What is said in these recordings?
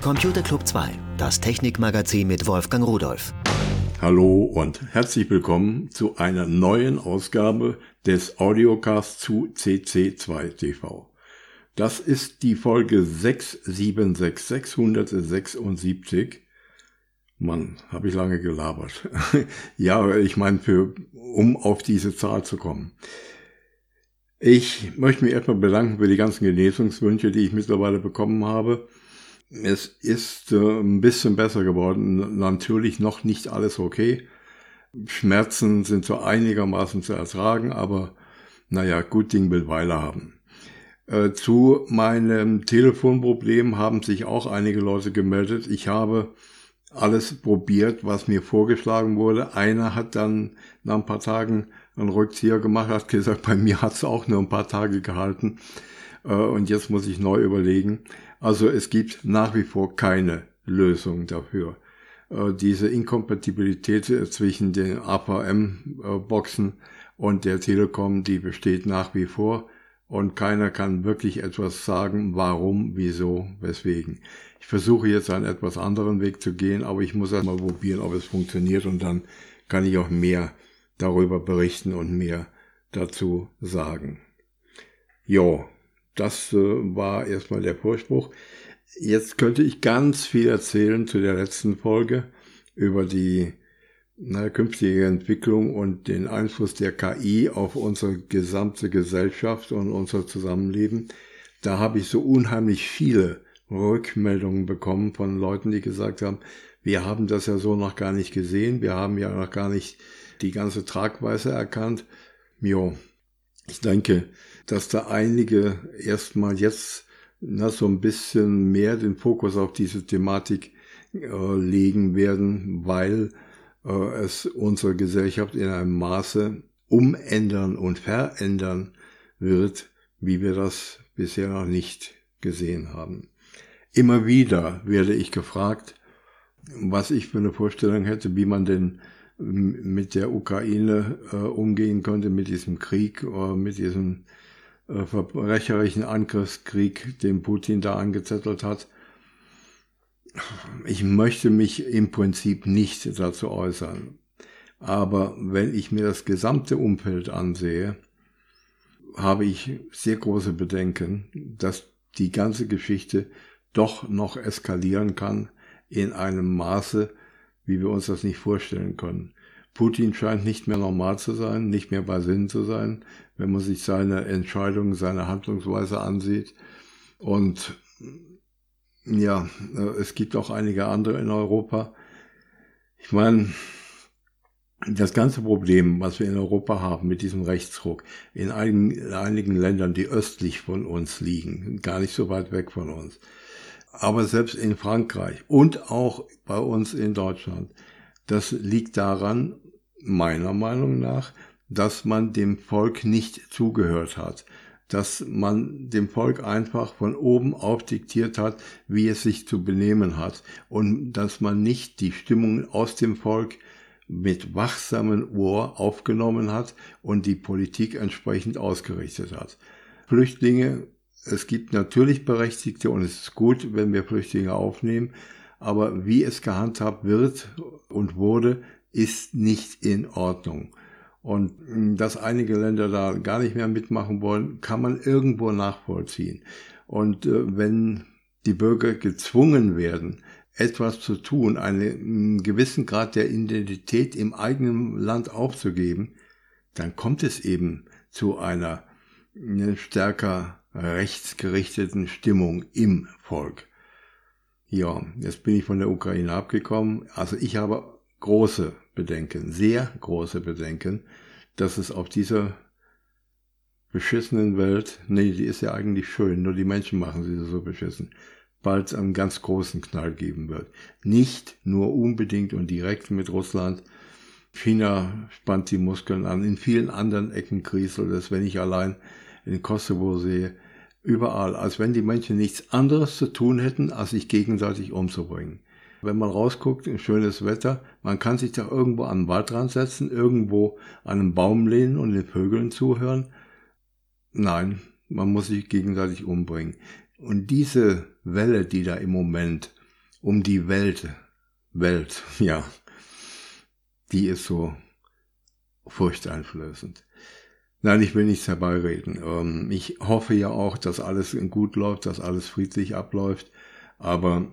Computer Club 2, das Technikmagazin mit Wolfgang Rudolph. Hallo und herzlich willkommen zu einer neuen Ausgabe des Audiocasts zu CC2 TV. Das ist die Folge 676. Mann, habe ich lange gelabert. Ja, ich meine, um auf diese Zahl zu kommen. Ich möchte mich erstmal bedanken für die ganzen Genesungswünsche, die ich mittlerweile bekommen habe. Es ist ein bisschen besser geworden. Natürlich noch nicht alles okay. Schmerzen sind so einigermaßen zu ertragen, aber naja, gut Ding will Weile haben. Zu meinem Telefonproblem haben sich auch einige Leute gemeldet. Ich habe alles probiert, was mir vorgeschlagen wurde. Einer hat dann nach ein paar Tagen einen Rückzieher gemacht, hat gesagt, bei mir hat es auch nur ein paar Tage gehalten und jetzt muss ich neu überlegen. Also es gibt nach wie vor keine Lösung dafür. Diese Inkompatibilität zwischen den AVM-Boxen und der Telekom, die besteht nach wie vor. Und keiner kann wirklich etwas sagen, warum, wieso, weswegen. Ich versuche jetzt einen etwas anderen Weg zu gehen, aber ich muss erst mal probieren, ob es funktioniert und dann kann ich auch mehr darüber berichten und mehr dazu sagen. Jo, das war erstmal der Vorspruch. Jetzt könnte ich ganz viel erzählen zu der letzten Folge über die künftige Entwicklung und den Einfluss der KI auf unsere gesamte Gesellschaft und unser Zusammenleben. Da habe ich so unheimlich viele Rückmeldungen bekommen von Leuten, die gesagt haben, wir haben das ja so noch gar nicht gesehen, wir haben ja noch gar nicht die ganze Tragweite erkannt. Jo, ich denke, dass da einige erstmal jetzt so ein bisschen mehr den Fokus auf diese Thematik legen werden, weil es unsere Gesellschaft in einem Maße umändern und verändern wird, wie wir das bisher noch nicht gesehen haben. Immer wieder werde ich gefragt, was ich für eine Vorstellung hätte, wie man denn mit der Ukraine umgehen könnte, mit diesem Krieg, mit diesem verbrecherischen Angriffskrieg, den Putin da angezettelt hat. Ich möchte mich im Prinzip nicht dazu äußern. Aber wenn ich mir das gesamte Umfeld ansehe, habe ich sehr große Bedenken, dass die ganze Geschichte doch noch eskalieren kann in einem Maße, wie wir uns das nicht vorstellen können. Putin scheint nicht mehr normal zu sein, nicht mehr bei Sinnen zu sein, wenn man sich seine Entscheidungen, seine Handlungsweise ansieht. Und ja, es gibt auch einige andere in Europa. Ich meine, das ganze Problem, was wir in Europa haben mit diesem Rechtsruck, in einigen Ländern, die östlich von uns liegen, gar nicht so weit weg von uns, aber selbst in Frankreich und auch bei uns in Deutschland, das liegt daran, meiner Meinung nach, dass man dem Volk nicht zugehört hat, dass man dem Volk einfach von oben auf diktiert hat, wie es sich zu benehmen hat und dass man nicht die Stimmung aus dem Volk mit wachsamem Ohr aufgenommen hat und die Politik entsprechend ausgerichtet hat. Flüchtlinge, es gibt natürlich Berechtigte und es ist gut, wenn wir Flüchtlinge aufnehmen, aber wie es gehandhabt wird und wurde, ist nicht in Ordnung. Und dass einige Länder da gar nicht mehr mitmachen wollen, kann man irgendwo nachvollziehen. Und wenn die Bürger gezwungen werden, etwas zu tun, einen gewissen Grad der Identität im eigenen Land aufzugeben, dann kommt es eben zu einer stärker rechtsgerichteten Stimmung im Volk. Ja, jetzt bin ich von der Ukraine abgekommen. Also ich habe große Bedenken, sehr große Bedenken, dass es auf dieser beschissenen Welt, die ist ja eigentlich schön, nur die Menschen machen sie so beschissen, bald einen ganz großen Knall geben wird. Nicht nur unbedingt und direkt mit Russland. China spannt die Muskeln an, in vielen anderen Ecken kriselt es, wenn ich allein in Kosovo sehe, überall, als wenn die Menschen nichts anderes zu tun hätten, als sich gegenseitig umzubringen. Wenn man rausguckt, schönes Wetter, man kann sich da irgendwo an den Waldrand setzen, irgendwo an einen Baum lehnen und den Vögeln zuhören. Nein, man muss sich gegenseitig umbringen. Und diese Welle, die da im Moment um die Welt, ja, die ist so furchteinflößend. Nein, ich will nichts herbeireden. Ich hoffe ja auch, dass alles gut läuft, dass alles friedlich abläuft, aber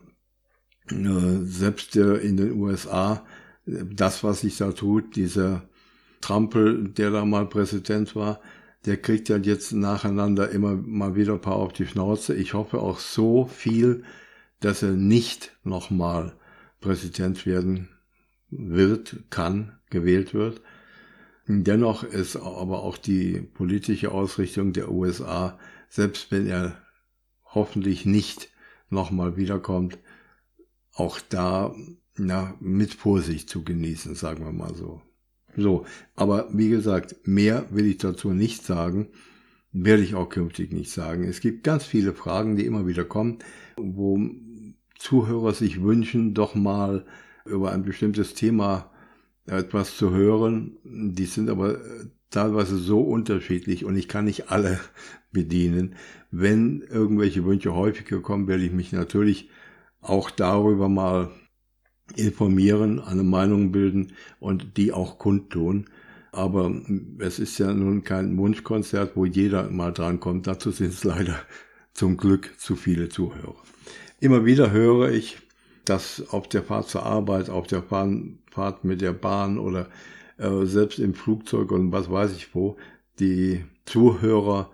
selbst in den USA, das, was sich da tut, dieser Trumpel, der da mal Präsident war, der kriegt ja jetzt nacheinander immer mal wieder ein paar auf die Schnauze. Ich hoffe auch so viel, dass er nicht nochmal Präsident werden wird, kann, gewählt wird. Dennoch ist aber auch die politische Ausrichtung der USA, selbst wenn er hoffentlich nicht nochmal wiederkommt, auch da mit Vorsicht zu genießen, sagen wir mal so. So, aber wie gesagt, mehr will ich dazu nicht sagen, werde ich auch künftig nicht sagen. Es gibt ganz viele Fragen, die immer wieder kommen, wo Zuhörer sich wünschen, doch mal über ein bestimmtes Thema etwas zu hören. Die sind aber teilweise so unterschiedlich und ich kann nicht alle bedienen. Wenn irgendwelche Wünsche häufiger kommen, werde ich mich natürlich auch darüber mal informieren, eine Meinung bilden und die auch kundtun. Aber es ist ja nun kein Wunschkonzert, wo jeder mal drankommt. Dazu sind es leider zum Glück zu viele Zuhörer. Immer wieder höre ich, dass auf der Fahrt zur Arbeit, auf der Fahrt mit der Bahn oder selbst im Flugzeug und was weiß ich wo, die Zuhörer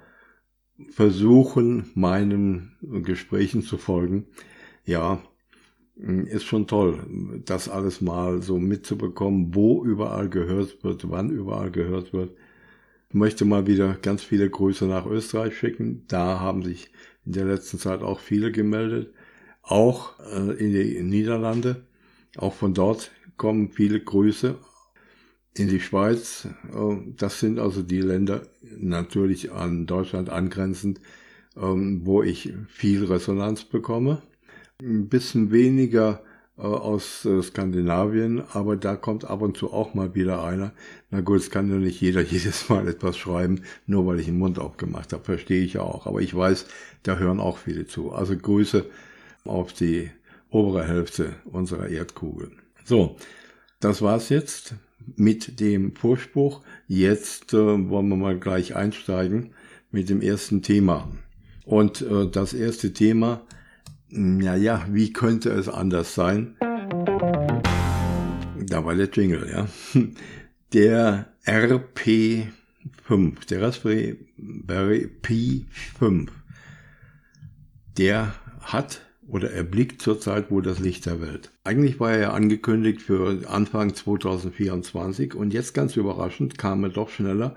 versuchen, meinen Gesprächen zu folgen. Ja, ist schon toll, das alles mal so mitzubekommen, wo überall gehört wird, wann überall gehört wird. Ich möchte mal wieder ganz viele Grüße nach Österreich schicken. Da haben sich in der letzten Zeit auch viele gemeldet. Auch in die Niederlande. Auch von dort kommen viele Grüße. In die Schweiz. Das sind also die Länder natürlich an Deutschland angrenzend, wo ich viel Resonanz bekomme. Ein bisschen weniger aus Skandinavien, aber da kommt ab und zu auch mal wieder einer. Na gut, es kann ja nicht jeder jedes Mal etwas schreiben, nur weil ich den Mund aufgemacht habe, verstehe ich ja auch. Aber ich weiß, da hören auch viele zu. Also Grüße auf die obere Hälfte unserer Erdkugel. So, das war's jetzt mit dem Vorspruch. Jetzt wollen wir mal gleich einsteigen mit dem ersten Thema. Und das erste Thema, naja, wie könnte es anders sein? Da war der Jingle, ja. Der RP5, der Raspberry Pi 5, der hat oder erblickt zurzeit wohl das Licht der Welt. Eigentlich war er ja angekündigt für Anfang 2024 und jetzt ganz überraschend kam er doch schneller.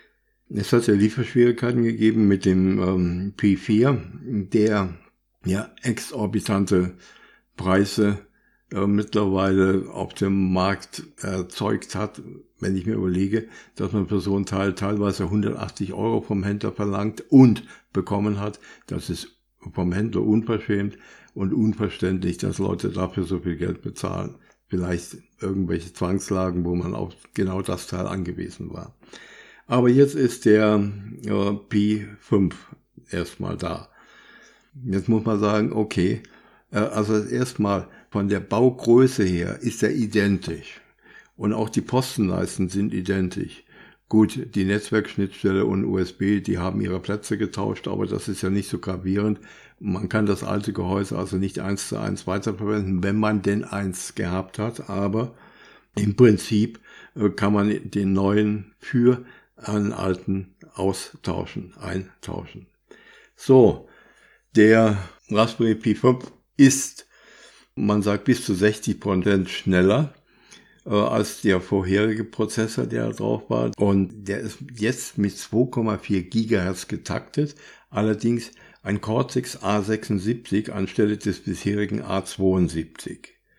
Es hat ja Lieferschwierigkeiten gegeben mit dem Pi 4, der ja exorbitante Preise mittlerweile auf dem Markt erzeugt hat, wenn ich mir überlege, dass man für so ein Teil teilweise 180 € vom Händler verlangt und bekommen hat. Das ist vom Händler unverschämt und unverständlich, dass Leute dafür so viel Geld bezahlen. Vielleicht irgendwelche Zwangslagen, wo man auf genau das Teil angewiesen war. Aber jetzt ist der Pi 5 erstmal da. Jetzt muss man sagen, okay, also erstmal von der Baugröße her ist er identisch. Und auch die Postenleisten sind identisch. Gut, die Netzwerkschnittstelle und USB, die haben ihre Plätze getauscht, aber das ist ja nicht so gravierend. Man kann das alte Gehäuse also nicht 1:1 weiterverwenden, wenn man denn eins gehabt hat. Aber im Prinzip kann man den neuen für einen alten eintauschen. So, der Raspberry Pi 5 ist, man sagt, bis zu 60% schneller als der vorherige Prozessor, der da drauf war. Und der ist jetzt mit 2,4 GHz getaktet, allerdings ein Cortex A76 anstelle des bisherigen A72.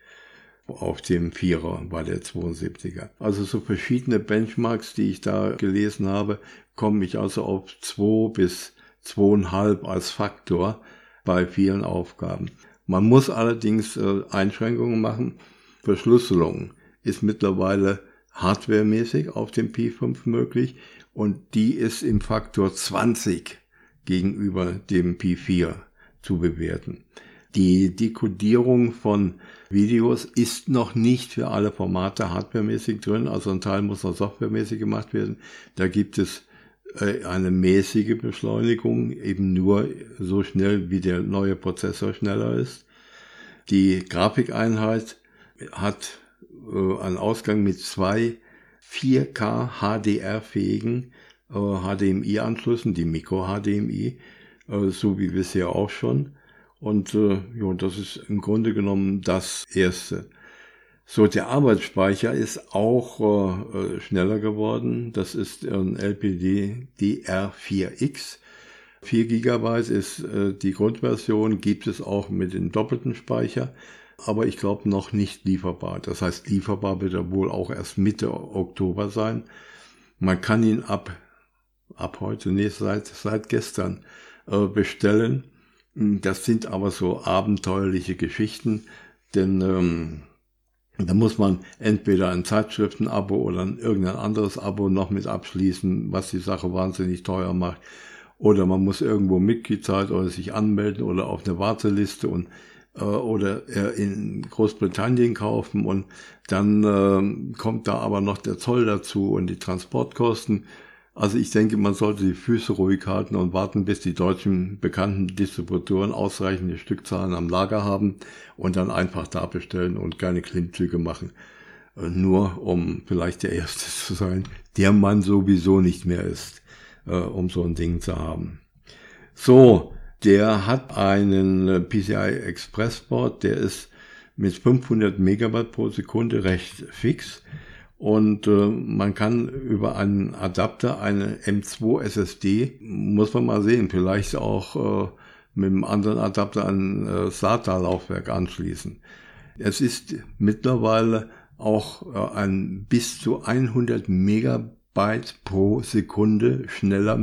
Auf dem 4er war der 72er. Also so verschiedene Benchmarks, die ich da gelesen habe, komme ich also auf 2 bis 2,5 als Faktor bei vielen Aufgaben. Man muss allerdings Einschränkungen machen. Verschlüsselung ist mittlerweile hardwaremäßig auf dem Pi 5 möglich und die ist im Faktor 20 gegenüber dem Pi 4 zu bewerten. Die Dekodierung von Videos ist noch nicht für alle Formate hardwaremäßig drin, also ein Teil muss noch softwaremäßig gemacht werden. Da gibt es eine mäßige Beschleunigung, eben nur so schnell, wie der neue Prozessor schneller ist. Die Grafikeinheit hat einen Ausgang mit 2 4K HDR-fähigen HDMI-Anschlüssen, die Micro-HDMI, so wie bisher auch schon. Und das ist im Grunde genommen das Erste. So, der Arbeitsspeicher ist auch schneller geworden. Das ist ein LPDDR4X. 4 GB ist die Grundversion, gibt es auch mit dem doppelten Speicher, aber ich glaube noch nicht lieferbar. Das heißt, lieferbar wird er wohl auch erst Mitte Oktober sein. Man kann ihn ab heute, seit gestern bestellen. Das sind aber so abenteuerliche Geschichten, denn da muss man entweder ein Zeitschriftenabo oder irgendein anderes Abo noch mit abschließen, was die Sache wahnsinnig teuer macht. Oder man muss irgendwo Mitglied sein oder sich anmelden oder auf eine Warteliste oder in Großbritannien kaufen und dann kommt da aber noch der Zoll dazu und die Transportkosten. Also ich denke, man sollte die Füße ruhig halten und warten, bis die deutschen bekannten Distributoren ausreichende Stückzahlen am Lager haben und dann einfach da bestellen und keine Klimmzüge machen. Nur um vielleicht der Erste zu sein, der man sowieso nicht mehr ist, um so ein Ding zu haben. So, der hat einen PCI Express Port, der ist mit 500 Megabyte pro Sekunde recht fix. Und man kann über einen Adapter, eine M2 SSD, muss man mal sehen, vielleicht auch mit einem anderen Adapter ein SATA-Laufwerk anschließen. Es ist mittlerweile auch ein bis zu 100 Megabyte pro Sekunde schneller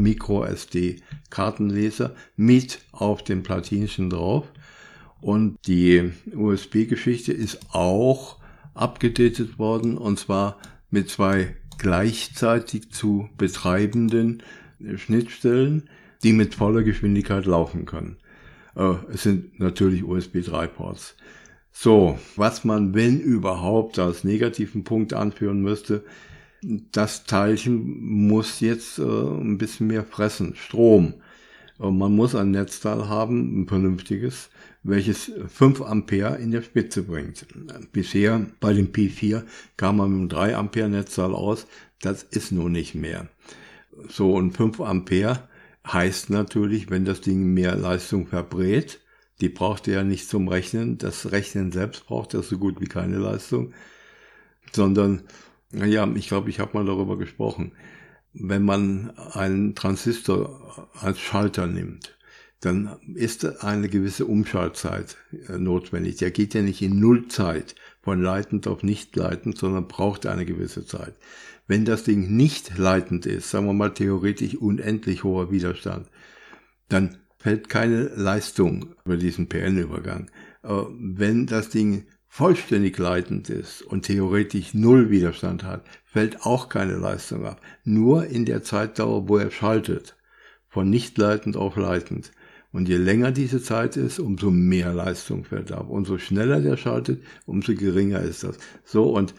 Micro-SD-Kartenleser mit auf dem Platinchen drauf. Und die USB-Geschichte ist auch abgedatet worden, und zwar mit 2 gleichzeitig zu betreibenden Schnittstellen, die mit voller Geschwindigkeit laufen können. Es sind natürlich USB 3 Ports. So, was man, wenn überhaupt, als negativen Punkt anführen müsste, das Teilchen muss jetzt ein bisschen mehr fressen, Strom. Man muss ein Netzteil haben, ein vernünftiges, welches 5 Ampere in der Spitze bringt. Bisher bei dem P4 kam man mit einem 3 Ampere Netzteil aus, das ist nun nicht mehr. So, und 5 Ampere heißt natürlich, wenn das Ding mehr Leistung verbrät, die braucht ihr ja nicht zum Rechnen, das Rechnen selbst braucht ja so gut wie keine Leistung, sondern, ich glaube, ich habe mal darüber gesprochen, wenn man einen Transistor als Schalter nimmt, dann ist eine gewisse Umschaltzeit notwendig. Der geht ja nicht in Nullzeit von leitend auf nicht leitend, sondern braucht eine gewisse Zeit. Wenn das Ding nicht leitend ist, sagen wir mal theoretisch unendlich hoher Widerstand, dann fällt keine Leistung über diesen PN-Übergang. Wenn das Ding vollständig leitend ist und theoretisch null Widerstand hat, fällt auch keine Leistung ab. Nur in der Zeitdauer, wo er schaltet, von nicht leitend auf leitend. Und je länger diese Zeit ist, umso mehr Leistung fällt ab. Umso schneller der schaltet, umso geringer ist das. So, und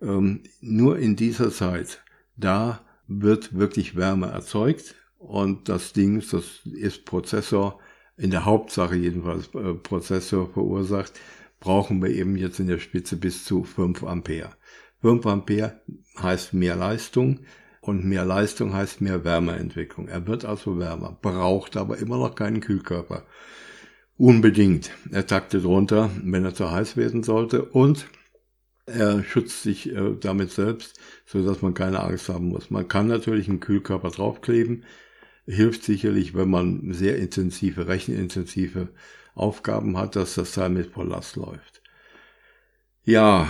nur in dieser Zeit, da wird wirklich Wärme erzeugt. Und das Ding, das ist Prozessor, in der Hauptsache jedenfalls Prozessor verursacht, brauchen wir eben jetzt in der Spitze bis zu 5 Ampere. 5 Ampere heißt mehr Leistung und mehr Leistung heißt mehr Wärmeentwicklung. Er wird also wärmer, braucht aber immer noch keinen Kühlkörper. Unbedingt. Er taktet runter, wenn er zu heiß werden sollte, und er schützt sich damit selbst, sodass man keine Angst haben muss. Man kann natürlich einen Kühlkörper draufkleben, hilft sicherlich, wenn man sehr intensive, rechenintensive Aufgaben hat, dass das Teil mit Volllast läuft. Ja,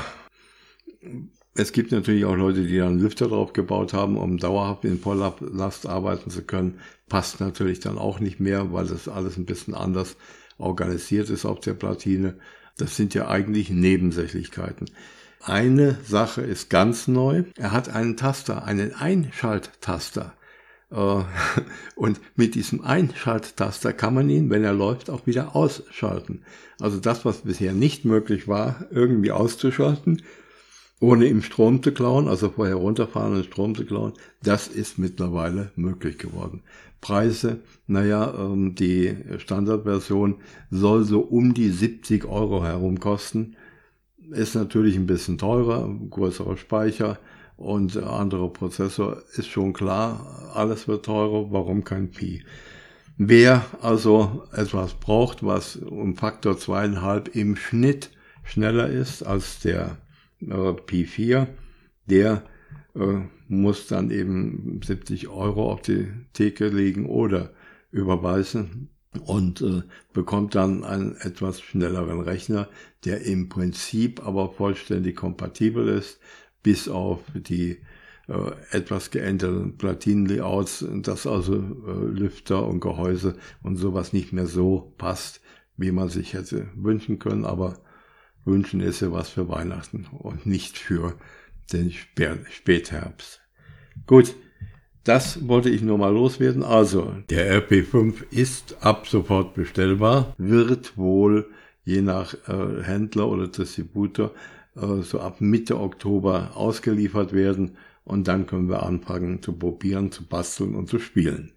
es gibt natürlich auch Leute, die dann einen Lüfter drauf gebaut haben, um dauerhaft in Volllast arbeiten zu können. Passt natürlich dann auch nicht mehr, weil das alles ein bisschen anders organisiert ist auf der Platine. Das sind ja eigentlich Nebensächlichkeiten. Eine Sache ist ganz neu. Er hat einen Taster, einen Einschalttaster. Und mit diesem Einschalttaster kann man ihn, wenn er läuft, auch wieder ausschalten. Also das, was bisher nicht möglich war, irgendwie auszuschalten, ohne ihm Strom zu klauen, also vorher runterfahren und Strom zu klauen, das ist mittlerweile möglich geworden. Preise, die Standardversion soll so um die 70 € herum kosten. Ist natürlich ein bisschen teurer, größerer Speicher und anderer Prozessor, ist schon klar, alles wird teurer, warum kein Pi? Wer also etwas braucht, was um Faktor 2,5 im Schnitt schneller ist als der Pi 4, der muss dann eben 70 € auf die Theke legen oder überweisen und bekommt dann einen etwas schnelleren Rechner, der im Prinzip aber vollständig kompatibel ist, bis auf die etwas geänderten Platinenlayouts, dass also Lüfter und Gehäuse und sowas nicht mehr so passt, wie man sich hätte wünschen können, aber wünschen ist ja was für Weihnachten und nicht für den Spätherbst. Gut, das wollte ich nur mal loswerden. Also, der RP5 ist ab sofort bestellbar, wird wohl je nach Händler oder Distributor so ab Mitte Oktober ausgeliefert werden und dann können wir anfangen zu probieren, zu basteln und zu spielen.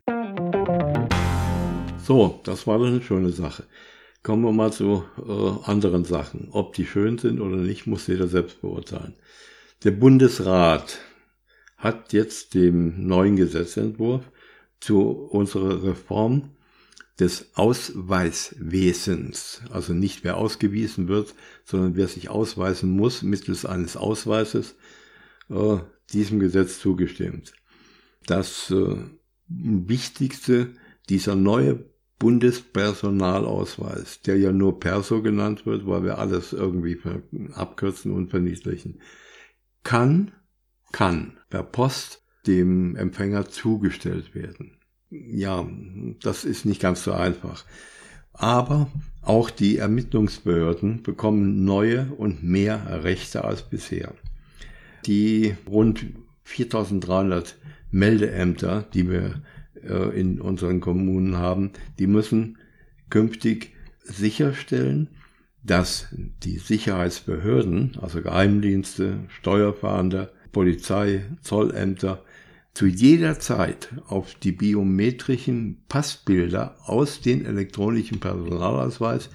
So, das war doch eine schöne Sache. Kommen wir mal zu anderen Sachen. Ob die schön sind oder nicht, muss jeder selbst beurteilen. Der Bundesrat hat jetzt dem neuen Gesetzentwurf zu unserer Reform des Ausweiswesens, also nicht wer ausgewiesen wird, sondern wer sich ausweisen muss mittels eines Ausweises, diesem Gesetz zugestimmt. Das Wichtigste, dieser neue Bundespersonalausweis, der ja nur Perso genannt wird, weil wir alles irgendwie abkürzen und verniedlichen, kann per Post dem Empfänger zugestellt werden. Ja, das ist nicht ganz so einfach. Aber auch die Ermittlungsbehörden bekommen neue und mehr Rechte als bisher. Die rund 4.300 Meldeämter, die wir in unseren Kommunen haben, die müssen künftig sicherstellen, dass die Sicherheitsbehörden, also Geheimdienste, Steuerfahnder, Polizei, Zollämter, zu jeder Zeit auf die biometrischen Passbilder aus dem elektronischen Personalausweis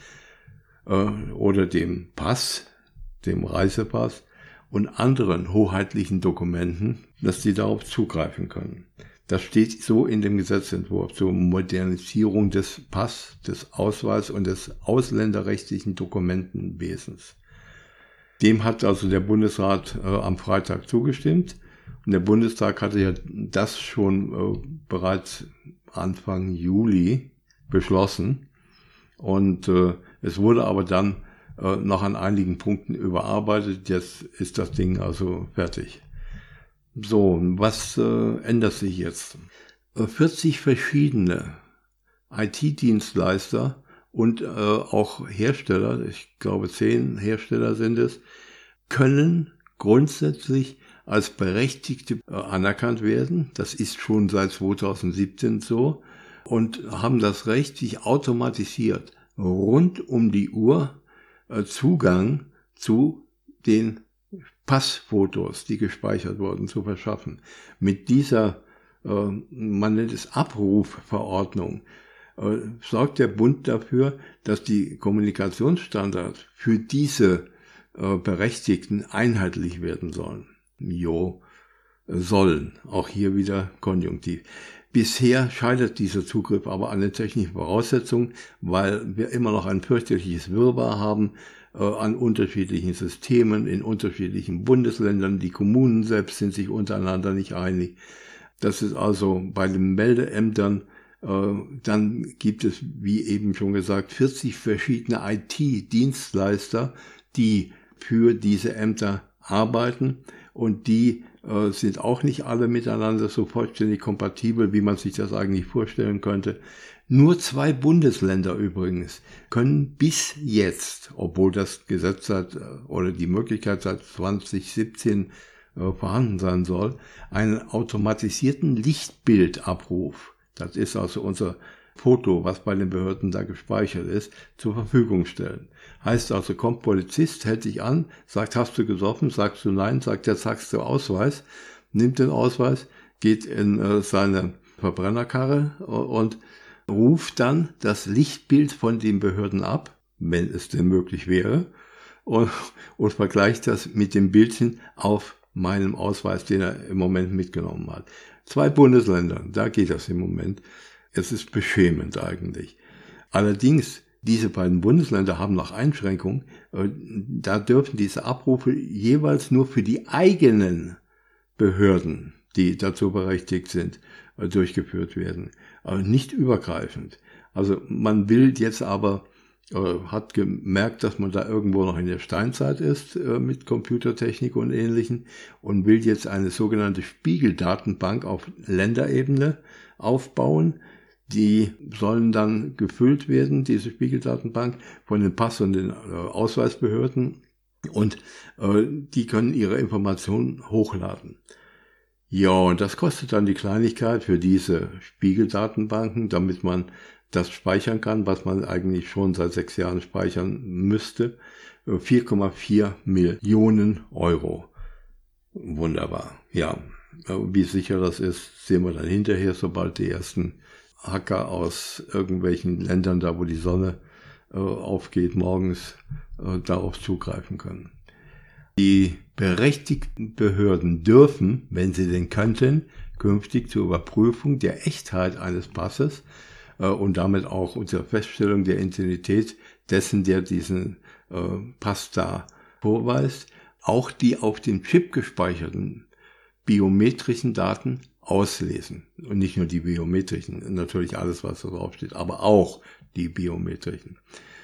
oder dem Pass, dem Reisepass und anderen hoheitlichen Dokumenten, dass die darauf zugreifen können. Das steht so in dem Gesetzentwurf zur Modernisierung des Pass, des Ausweis und des ausländerrechtlichen Dokumentenwesens. Dem hat also der Bundesrat am Freitag zugestimmt. Und der Bundestag hatte ja das schon bereits Anfang Juli beschlossen. Und es wurde aber dann noch an einigen Punkten überarbeitet. Jetzt ist das Ding also fertig. So, was ändert sich jetzt? 40 verschiedene IT-Dienstleister und auch Hersteller, ich glaube 10 Hersteller sind es, können grundsätzlich als Berechtigte anerkannt werden. Das ist schon seit 2017 so und haben das Recht, sich automatisiert rund um die Uhr Zugang zu den Passfotos, die gespeichert wurden, zu verschaffen. Mit dieser, man nennt es Abrufverordnung, sorgt der Bund dafür, dass die Kommunikationsstandards für diese Berechtigten einheitlich werden sollen. Sollen, auch hier wieder Konjunktiv. Bisher scheitert dieser Zugriff aber an den technischen Voraussetzungen, weil wir immer noch ein fürchterliches Wirrwarr haben an unterschiedlichen Systemen in unterschiedlichen Bundesländern. Die Kommunen selbst sind sich untereinander nicht einig. Das ist also bei den Meldeämtern, dann gibt es, wie eben schon gesagt, 40 verschiedene IT-Dienstleister, die für diese Ämter arbeiten und die sind auch nicht alle miteinander so vollständig kompatibel, wie man sich das eigentlich vorstellen könnte. Nur 2 Bundesländer übrigens können bis jetzt, obwohl das Gesetz oder die Möglichkeit seit 2017 vorhanden sein soll, einen automatisierten Lichtbildabruf, das ist also unser Foto, was bei den Behörden da gespeichert ist, zur Verfügung stellen. Heißt also, kommt Polizist, hält dich an, sagt, hast du gesoffen, sagst du nein, sagt er, zeigst du Ausweis, nimmt den Ausweis, geht in seine Verbrennerkarre und ruft dann das Lichtbild von den Behörden ab, wenn es denn möglich wäre, und vergleicht das mit dem Bildchen auf meinem Ausweis, den er im Moment mitgenommen hat. 2 Bundesländer, da geht das im Moment. Es ist beschämend eigentlich. Allerdings, diese beiden Bundesländer haben noch Einschränkungen. Da dürfen diese Abrufe jeweils nur für die eigenen Behörden, die dazu berechtigt sind, durchgeführt werden. Nicht übergreifend. Also man will jetzt aber, hat gemerkt, dass man da irgendwo noch in der Steinzeit ist mit Computertechnik und Ähnlichem und will jetzt eine sogenannte Spiegeldatenbank auf Länderebene aufbauen. Die sollen dann gefüllt werden, diese Spiegeldatenbank, von den Pass- und den Ausweisbehörden und die können ihre Informationen hochladen. Ja, und das kostet dann die Kleinigkeit für diese Spiegeldatenbanken, damit man das speichern kann, was man eigentlich schon seit 6 Jahren speichern müsste, 4,4 Millionen Euro. Wunderbar. Ja, wie sicher das ist, sehen wir dann hinterher, sobald die ersten Hacker aus irgendwelchen Ländern, da wo die Sonne aufgeht morgens, darauf zugreifen können. Die berechtigten Behörden dürfen, wenn sie denn könnten, künftig zur Überprüfung der Echtheit eines Passes und damit auch unter Feststellung der Identität dessen, der diesen Pass da vorweist, auch die auf dem Chip gespeicherten biometrischen Daten auslesen. Und nicht nur die biometrischen, natürlich alles, was da drauf steht, aber auch die biometrischen.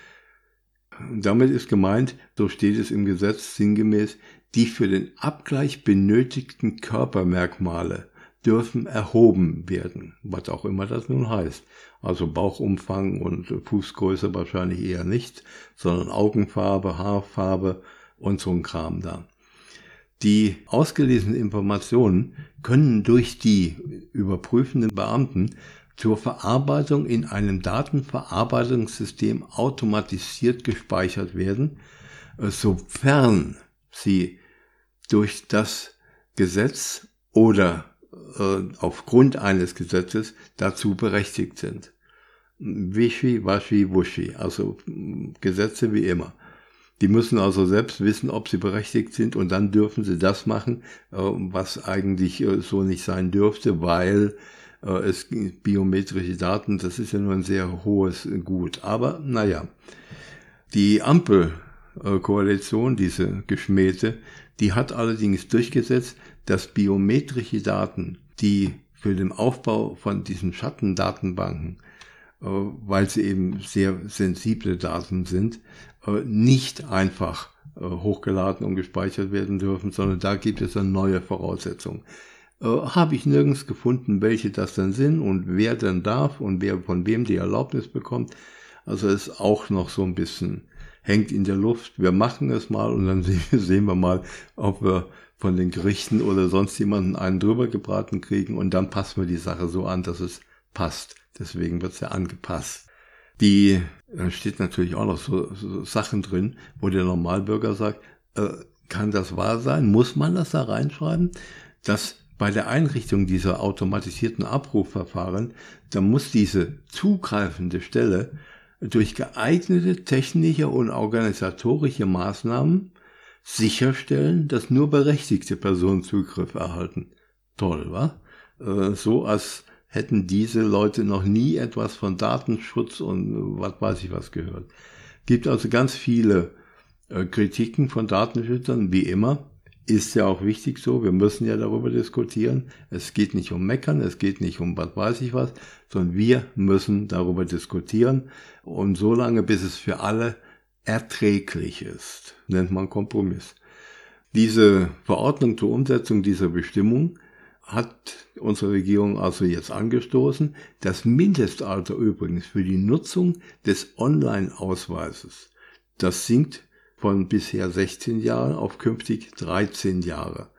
Damit ist gemeint, so steht es im Gesetz sinngemäß, die für den Abgleich benötigten Körpermerkmale dürfen erhoben werden, was auch immer das nun heißt. Also Bauchumfang und Fußgröße wahrscheinlich eher nicht, sondern Augenfarbe, Haarfarbe und so ein Kram da. Die ausgelesenen Informationen können durch die überprüfenden Beamten zur Verarbeitung in einem Datenverarbeitungssystem automatisiert gespeichert werden, sofern sie durch das Gesetz oder aufgrund eines Gesetzes dazu berechtigt sind. Wischi, waschi, wuschi, also Gesetze wie immer. Die müssen also selbst wissen, ob sie berechtigt sind und dann dürfen sie das machen, was eigentlich so nicht sein dürfte, weil es biometrische Daten, das ist ja nur ein sehr hohes Gut. Aber naja, die Ampelkoalition, diese geschmähte, die hat allerdings durchgesetzt, dass biometrische Daten, die für den Aufbau von diesen Schattendatenbanken, weil sie eben sehr sensible Daten sind, nicht einfach hochgeladen und gespeichert werden dürfen, sondern da gibt es dann neue Voraussetzungen. Habe ich nirgends gefunden, welche das dann sind und wer dann darf und wer von wem die Erlaubnis bekommt. Also ist auch noch so ein bisschen, hängt in der Luft. Wir machen es mal und dann sehen wir mal, ob wir von den Gerichten oder sonst jemanden einen drüber gebraten kriegen und dann passen wir die Sache so an, dass es passt. Deswegen wird es ja angepasst. Da steht natürlich auch noch so Sachen drin, wo der Normalbürger sagt, kann das wahr sein? Muss man das da reinschreiben? Dass bei der Einrichtung dieser automatisierten Abrufverfahren, da muss diese zugreifende Stelle durch geeignete technische und organisatorische Maßnahmen sicherstellen, dass nur berechtigte Personen Zugriff erhalten. Toll, wa? So als hätten diese Leute noch nie etwas von Datenschutz und was weiß ich was gehört. Gibt also ganz viele Kritiken von Datenschützern, wie immer. Ist ja auch wichtig so, wir müssen ja darüber diskutieren. Es geht nicht um Meckern, es geht nicht um was weiß ich was, sondern wir müssen darüber diskutieren. Und so lange, bis es für alle erträglich ist, nennt man Kompromiss. Diese Verordnung zur Umsetzung dieser Bestimmung hat unsere Regierung also jetzt angestoßen. Das Mindestalter übrigens für die Nutzung des Online-Ausweises, das sinkt von bisher 16 Jahren auf künftig 13 Jahre.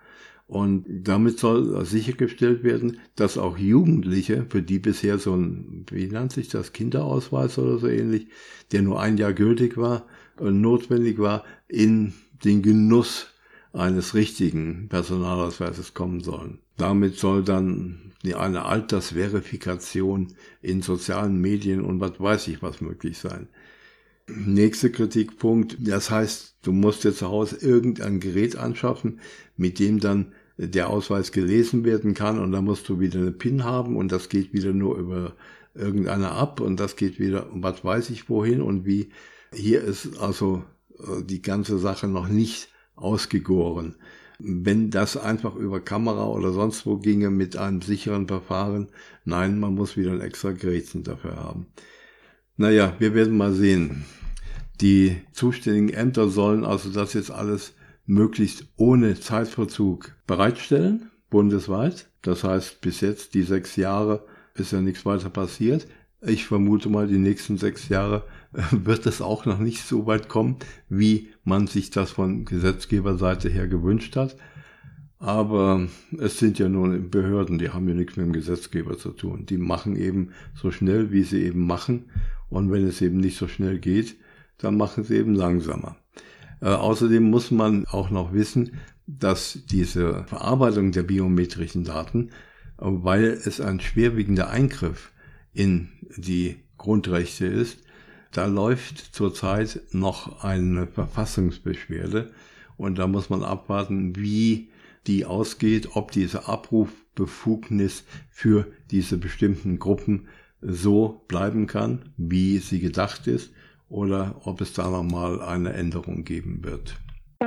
Und damit soll sichergestellt werden, dass auch Jugendliche, für die bisher so ein, wie nennt sich das, Kinderausweis oder so ähnlich, der nur ein Jahr gültig war, notwendig war, in den Genuss eines richtigen Personalausweises kommen sollen. Damit soll dann eine Altersverifikation in sozialen Medien und was weiß ich was möglich sein. Nächster Kritikpunkt, das heißt, du musst dir zu Hause irgendein Gerät anschaffen, mit dem dann der Ausweis gelesen werden kann und dann musst du wieder eine PIN haben und das geht wieder nur über irgendeine App und das geht wieder, was weiß ich wohin und wie. Hier ist also die ganze Sache noch nicht ausgegoren. Wenn das einfach über Kamera oder sonst wo ginge mit einem sicheren Verfahren, nein, man muss wieder ein extra Gerätchen dafür haben. Naja, wir werden mal sehen. Die zuständigen Ämter sollen also das jetzt alles möglichst ohne Zeitverzug bereitstellen, bundesweit. Das heißt, bis jetzt die 6 Jahre ist ja nichts weiter passiert. Ich vermute mal, die nächsten 6 Jahre wird es auch noch nicht so weit kommen, wie man sich das von Gesetzgeberseite her gewünscht hat. Aber es sind ja nun Behörden, die haben ja nichts mit dem Gesetzgeber zu tun. Die machen eben so schnell, wie sie eben machen. Und wenn es eben nicht so schnell geht, dann machen sie eben langsamer. Außerdem muss man auch noch wissen, dass diese Verarbeitung der biometrischen Daten, weil es ein schwerwiegender Eingriff in die Grundrechte ist, da läuft zurzeit noch eine Verfassungsbeschwerde und da muss man abwarten, wie die ausgeht, ob diese Abrufbefugnis für diese bestimmten Gruppen so bleiben kann, wie sie gedacht ist, oder ob es da nochmal eine Änderung geben wird.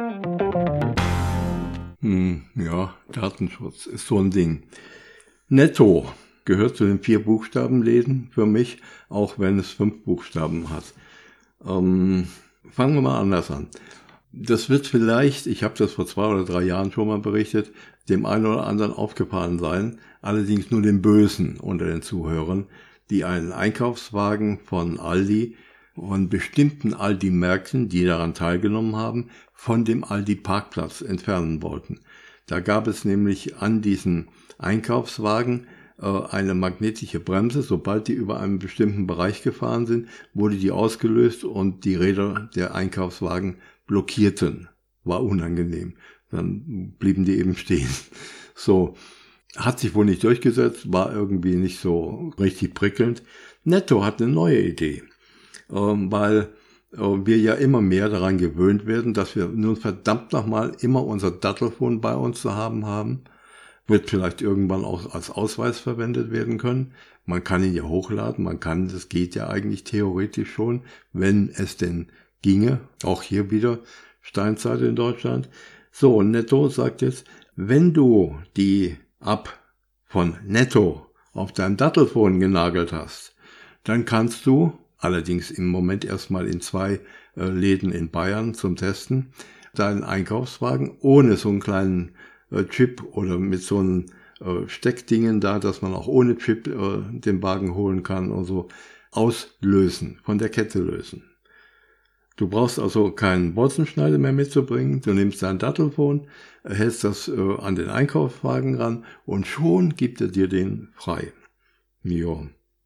Ja, Datenschutz ist so ein Ding. Netto gehört zu den 4-Buchstaben-Läden für mich, auch wenn es 5 Buchstaben hat. Fangen wir mal anders an. Das wird vielleicht, ich habe das vor 2 oder 3 Jahren schon mal berichtet, dem einen oder anderen aufgefallen sein, allerdings nur den Bösen unter den Zuhörern, die einen Einkaufswagen von Aldi, von bestimmten Aldi-Märkten, die daran teilgenommen haben, von dem Aldi-Parkplatz entfernen wollten. Da gab es nämlich an diesen Einkaufswagen eine magnetische Bremse. Sobald die über einen bestimmten Bereich gefahren sind, wurde die ausgelöst und die Räder der Einkaufswagen blockierten. War unangenehm. Dann blieben die eben stehen. So, hat sich wohl nicht durchgesetzt, war irgendwie nicht so richtig prickelnd. Netto hat eine neue Idee, weil wir ja immer mehr daran gewöhnt werden, dass wir nun verdammt nochmal immer unser Dattelfon bei uns zu haben. Wird vielleicht irgendwann auch als Ausweis verwendet werden können. Man kann ihn ja hochladen, das geht ja eigentlich theoretisch schon, wenn es denn ginge. Auch hier wieder Steinzeit in Deutschland. So, Netto sagt jetzt, wenn du die App von Netto auf dein Dattelfon genagelt hast, dann kannst du, allerdings im Moment erstmal in 2 Läden in Bayern zum Testen, deinen Einkaufswagen ohne so einen kleinen Chip oder mit so einem Steckdingen da, dass man auch ohne Chip den Wagen holen kann und so, auslösen, von der Kette lösen. Du brauchst also keinen Bolzenschneider mehr mitzubringen, du nimmst dein Dattelfon, hältst das an den Einkaufswagen ran und schon gibt er dir den frei. Ja,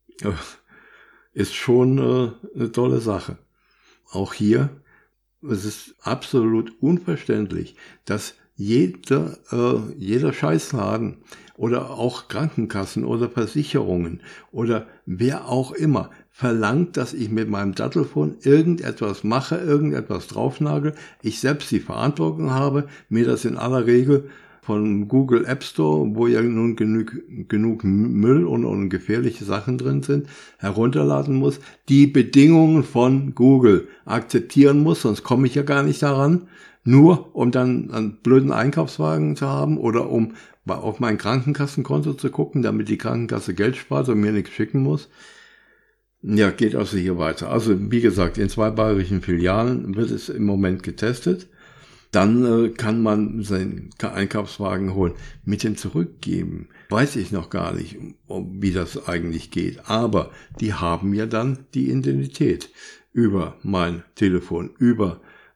ist schon eine tolle Sache. Auch hier, es ist absolut unverständlich, dass jeder Scheißladen oder auch Krankenkassen oder Versicherungen oder wer auch immer verlangt, dass ich mit meinem Dattelfon irgendetwas mache, irgendetwas draufnagel, ich selbst die Verantwortung habe, mir das in aller Regel von Google App Store, wo ja nun genug Müll und gefährliche Sachen drin sind, herunterladen muss, die Bedingungen von Google akzeptieren muss, sonst komme ich ja gar nicht daran, nur um dann einen blöden Einkaufswagen zu haben oder um auf mein Krankenkassenkonto zu gucken, damit die Krankenkasse Geld spart und mir nichts schicken muss. Ja, geht also hier weiter. Also wie gesagt, in 2 bayerischen Filialen wird es im Moment getestet. Dann kann man seinen Einkaufswagen holen. Mit dem Zurückgeben weiß ich noch gar nicht, wie das eigentlich geht. Aber die haben ja dann die Identität über mein Telefon, über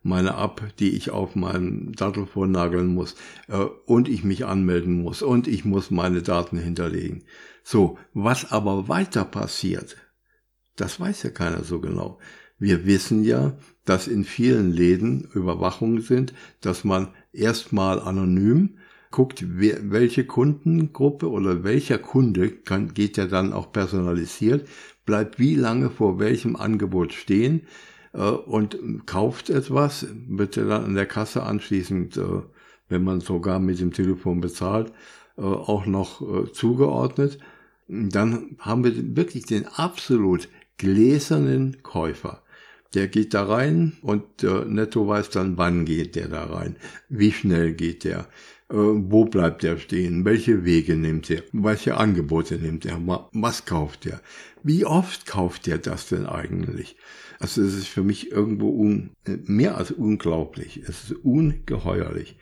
meine App, die ich auf meinem Dattelphone nageln muss, und ich mich anmelden muss und ich muss meine Daten hinterlegen. So, was aber weiter passiert, das weiß ja keiner so genau. Wir wissen ja, dass in vielen Läden Überwachungen sind, dass man erstmal anonym guckt, welche Kundengruppe oder welcher Kunde geht ja dann auch personalisiert, bleibt wie lange vor welchem Angebot stehen und kauft etwas, wird er dann an der Kasse anschließend, wenn man sogar mit dem Telefon bezahlt, auch noch zugeordnet. Dann haben wir wirklich den absolut gläsernen Käufer. Der geht da rein und Netto weiß dann, wann geht der da rein, wie schnell geht der, wo bleibt der stehen, welche Wege nimmt er, welche Angebote nimmt er, was kauft er, wie oft kauft er das denn eigentlich? Also es ist für mich irgendwo mehr als unglaublich, es ist ungeheuerlich.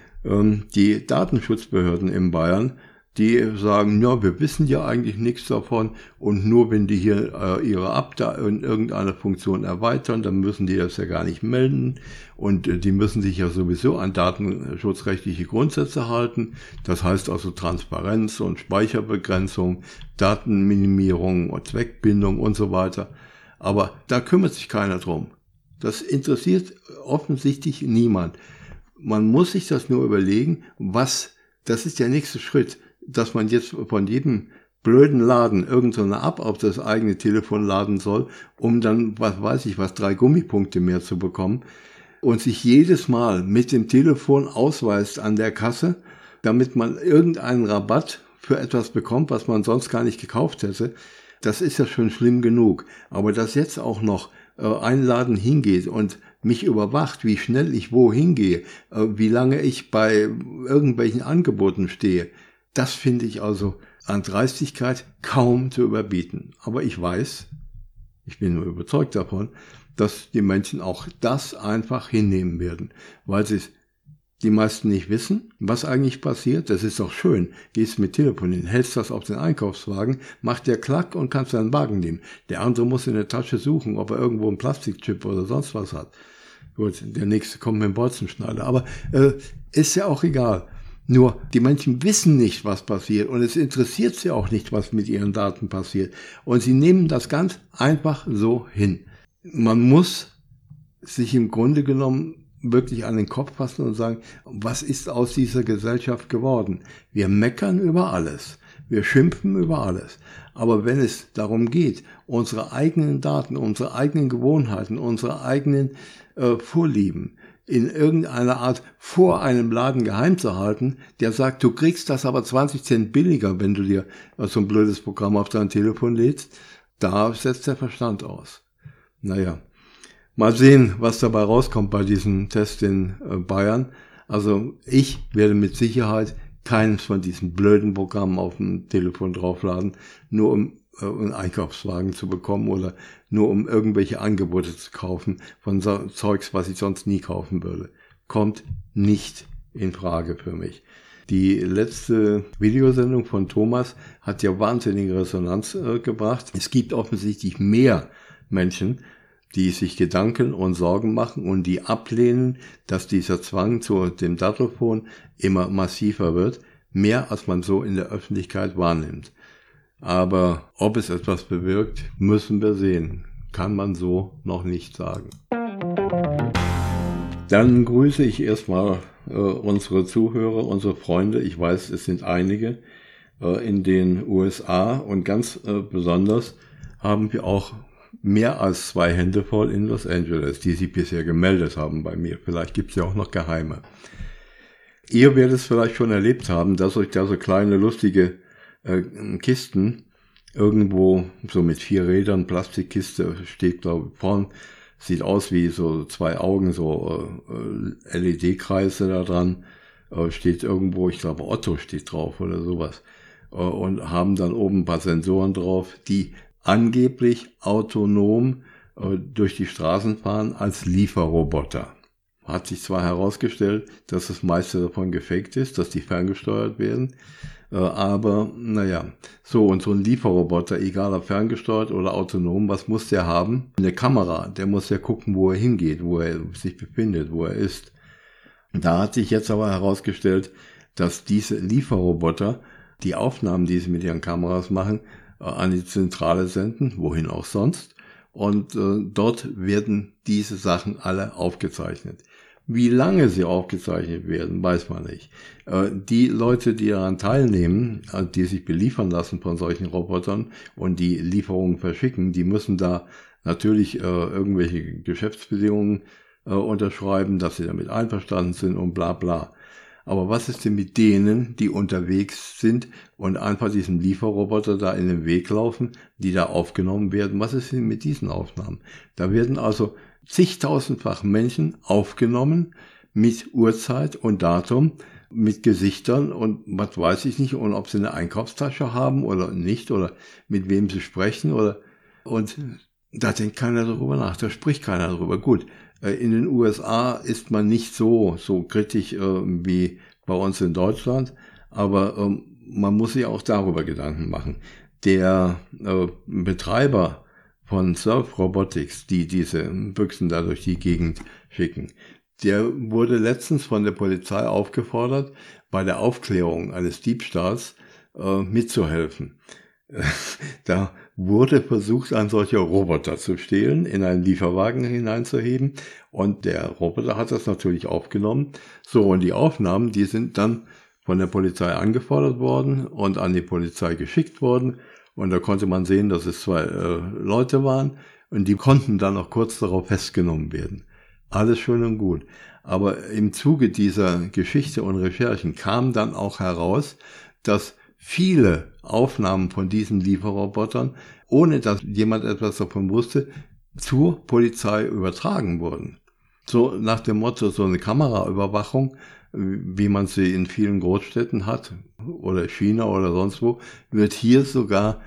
Die Datenschutzbehörden in Bayern, die sagen, ja, wir wissen ja eigentlich nichts davon und nur wenn die hier ihre App da in irgendeiner Funktion erweitern, dann müssen die das ja gar nicht melden und die müssen sich ja sowieso an datenschutzrechtliche Grundsätze halten. Das heißt also Transparenz und Speicherbegrenzung, Datenminimierung und Zweckbindung und so weiter. Aber da kümmert sich keiner drum. Das interessiert offensichtlich niemand. Man muss sich das nur überlegen, das ist der nächste Schritt, dass man jetzt von jedem blöden Laden irgendeine App auf das eigene Telefon laden soll, um dann, 3 Gummipunkte mehr zu bekommen und sich jedes Mal mit dem Telefon ausweist an der Kasse, damit man irgendeinen Rabatt für etwas bekommt, was man sonst gar nicht gekauft hätte. Das ist ja schon schlimm genug. Aber dass jetzt auch noch ein Laden hingeht und mich überwacht, wie schnell ich wohin gehe, wie lange ich bei irgendwelchen Angeboten stehe, das finde ich also an Dreistigkeit kaum zu überbieten. Aber ich weiß, ich bin nur überzeugt davon, dass die Menschen auch das einfach hinnehmen werden, weil die meisten nicht wissen, was eigentlich passiert. Das ist doch schön. Gehst mit Telefon hin, hältst das auf den Einkaufswagen, macht der Klack und kannst deinen Wagen nehmen. Der andere muss in der Tasche suchen, ob er irgendwo einen Plastikchip oder sonst was hat. Gut, der nächste kommt mit dem Bolzenschneider. Aber ist ja auch egal. Nur, die Menschen wissen nicht, was passiert und es interessiert sie auch nicht, was mit ihren Daten passiert. Und sie nehmen das ganz einfach so hin. Man muss sich im Grunde genommen wirklich an den Kopf fassen und sagen, was ist aus dieser Gesellschaft geworden? Wir meckern über alles. Wir schimpfen über alles. Aber wenn es darum geht, unsere eigenen Daten, unsere eigenen Gewohnheiten, unsere eigenen Vorlieben in irgendeiner Art vor einem Laden geheim zu halten, der sagt, du kriegst das aber 20 Cent billiger, wenn du dir so ein blödes Programm auf dein Telefon lädst, da setzt der Verstand aus. Naja, mal sehen, was dabei rauskommt bei diesem Test in Bayern. Also ich werde mit Sicherheit keines von diesen blöden Programmen auf dem Telefon draufladen, nur um einen Einkaufswagen zu bekommen oder nur um irgendwelche Angebote zu kaufen von so Zeugs, was ich sonst nie kaufen würde. Kommt nicht in Frage für mich. Die letzte Videosendung von Thomas hat ja wahnsinnige Resonanz gebracht. Es gibt offensichtlich mehr Menschen, die sich Gedanken und Sorgen machen und die ablehnen, dass dieser Zwang zu dem Dattelphone immer massiver wird, mehr als man so in der Öffentlichkeit wahrnimmt. Aber ob es etwas bewirkt, müssen wir sehen. Kann man so noch nicht sagen. Dann grüße ich erstmal unsere Zuhörer, unsere Freunde. Ich weiß, es sind einige in den USA und ganz besonders haben wir auch mehr als 2 Hände voll in Los Angeles, die sich bisher gemeldet haben bei mir. Vielleicht gibt es ja auch noch Geheime. Ihr werdet es vielleicht schon erlebt haben, dass euch da so kleine lustige Kisten irgendwo so mit 4 Rädern, Plastikkiste steht glaube ich vorn, sieht aus wie so 2 Augen, so LED-Kreise da dran, steht irgendwo, ich glaube Otto steht drauf oder sowas, und haben dann oben ein paar Sensoren drauf, die angeblich autonom durch die Straßen fahren als Lieferroboter. Hat sich zwar herausgestellt, dass das meiste davon gefaked ist, dass die ferngesteuert werden, Aber naja, so und so ein Lieferroboter, egal ob ferngesteuert oder autonom, was muss der haben? Eine Kamera, der muss ja gucken, wo er hingeht, wo er sich befindet, wo er ist. Da hat sich jetzt aber herausgestellt, dass diese Lieferroboter die Aufnahmen, die sie mit ihren Kameras machen, an die Zentrale senden, wohin auch sonst. Und dort werden diese Sachen alle aufgezeichnet. Wie lange sie aufgezeichnet werden, weiß man nicht. Die Leute, die daran teilnehmen, die sich beliefern lassen von solchen Robotern und die Lieferungen verschicken, die müssen da natürlich irgendwelche Geschäftsbedingungen unterschreiben, dass sie damit einverstanden sind und bla bla. Aber was ist denn mit denen, die unterwegs sind und einfach diesen Lieferroboter da in den Weg laufen, die da aufgenommen werden? Was ist denn mit diesen Aufnahmen? Da werden also zigtausendfach Menschen aufgenommen mit Uhrzeit und Datum, mit Gesichtern und was weiß ich nicht, und ob sie eine Einkaufstasche haben oder nicht oder mit wem sie sprechen und da denkt keiner darüber nach, da spricht keiner darüber. Gut, in den USA ist man nicht so kritisch wie bei uns in Deutschland, aber man muss sich auch darüber Gedanken machen. Der Betreiber von Surf Robotics, die diese Büchsen da durch die Gegend schicken, der wurde letztens von der Polizei aufgefordert, bei der Aufklärung eines Diebstahls mitzuhelfen. Da wurde versucht, ein solcher Roboter zu stehlen, in einen Lieferwagen hineinzuheben, und der Roboter hat das natürlich aufgenommen. So, und die Aufnahmen, die sind dann von der Polizei angefordert worden und an die Polizei geschickt worden. Und da konnte man sehen, dass es 2 Leute waren und die konnten dann auch kurz darauf festgenommen werden. Alles schön und gut. Aber im Zuge dieser Geschichte und Recherchen kam dann auch heraus, dass viele Aufnahmen von diesen Lieferrobotern, ohne dass jemand etwas davon wusste, zur Polizei übertragen wurden. So nach dem Motto, so eine Kameraüberwachung, wie man sie in vielen Großstädten hat, oder China oder sonst wo, wird hier sogar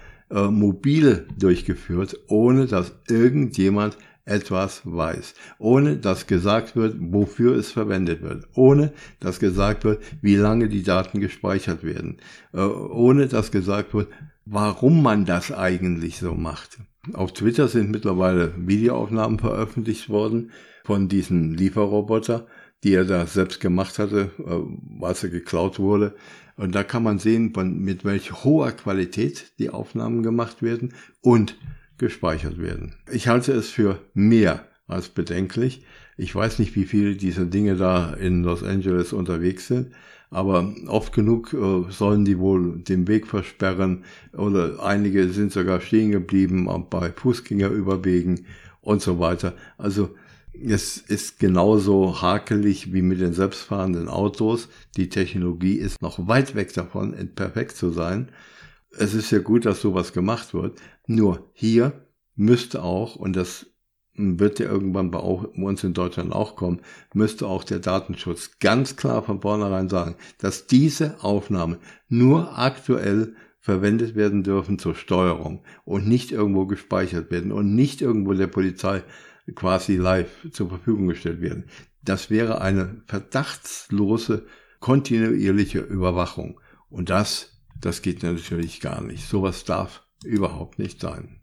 mobil durchgeführt, ohne dass irgendjemand etwas weiß, ohne dass gesagt wird, wofür es verwendet wird, ohne dass gesagt wird, wie lange die Daten gespeichert werden, ohne dass gesagt wird, warum man das eigentlich so macht. Auf Twitter sind mittlerweile Videoaufnahmen veröffentlicht worden von diesem Lieferroboter, die er da selbst gemacht hatte, als er geklaut wurde. Und da kann man sehen, mit welch hoher Qualität die Aufnahmen gemacht werden und gespeichert werden. Ich halte es für mehr als bedenklich. Ich weiß nicht, wie viele dieser Dinge da in Los Angeles unterwegs sind, aber oft genug sollen die wohl den Weg versperren oder einige sind sogar stehen geblieben bei Fußgängerüberwegen und so weiter. Also es ist genauso hakelig wie mit den selbstfahrenden Autos. Die Technologie ist noch weit weg davon, perfekt zu sein. Es ist ja gut, dass sowas gemacht wird. Nur hier müsste auch, und das wird ja irgendwann bei uns in Deutschland auch kommen, müsste auch der Datenschutz ganz klar von vornherein sagen, dass diese Aufnahmen nur aktuell verwendet werden dürfen zur Steuerung und nicht irgendwo gespeichert werden und nicht irgendwo der Polizei quasi live zur Verfügung gestellt werden. Das wäre eine verdachtslose, kontinuierliche Überwachung. Und das geht natürlich gar nicht. Sowas darf überhaupt nicht sein.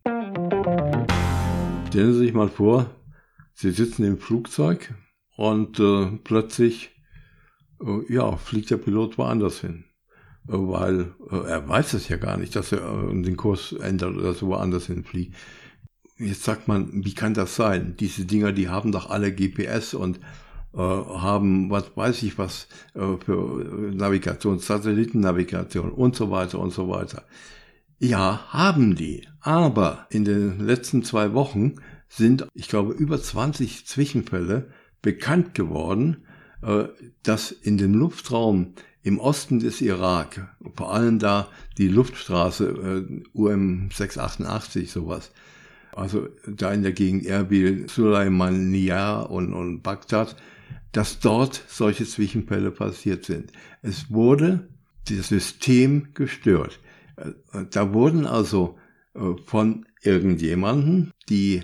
Stellen Sie sich mal vor, Sie sitzen im Flugzeug und plötzlich fliegt der Pilot woanders hin. Weil er weiß es ja gar nicht, dass er den Kurs ändert oder so woanders hinfliegt. Jetzt sagt man, wie kann das sein? Diese Dinger, die haben doch alle GPS und haben, was weiß ich was, für Navigation, Satellitennavigation und so weiter und so weiter. Ja, haben die. Aber in den letzten 2 Wochen sind, ich glaube, über 20 Zwischenfälle bekannt geworden, dass in dem Luftraum im Osten des Irak, vor allem da die Luftstraße UM 688, sowas, also da in der Gegend Erbil, Sulaymaniyah und Bagdad, dass dort solche Zwischenfälle passiert sind. Es wurde das System gestört. Da wurden also von irgendjemandem die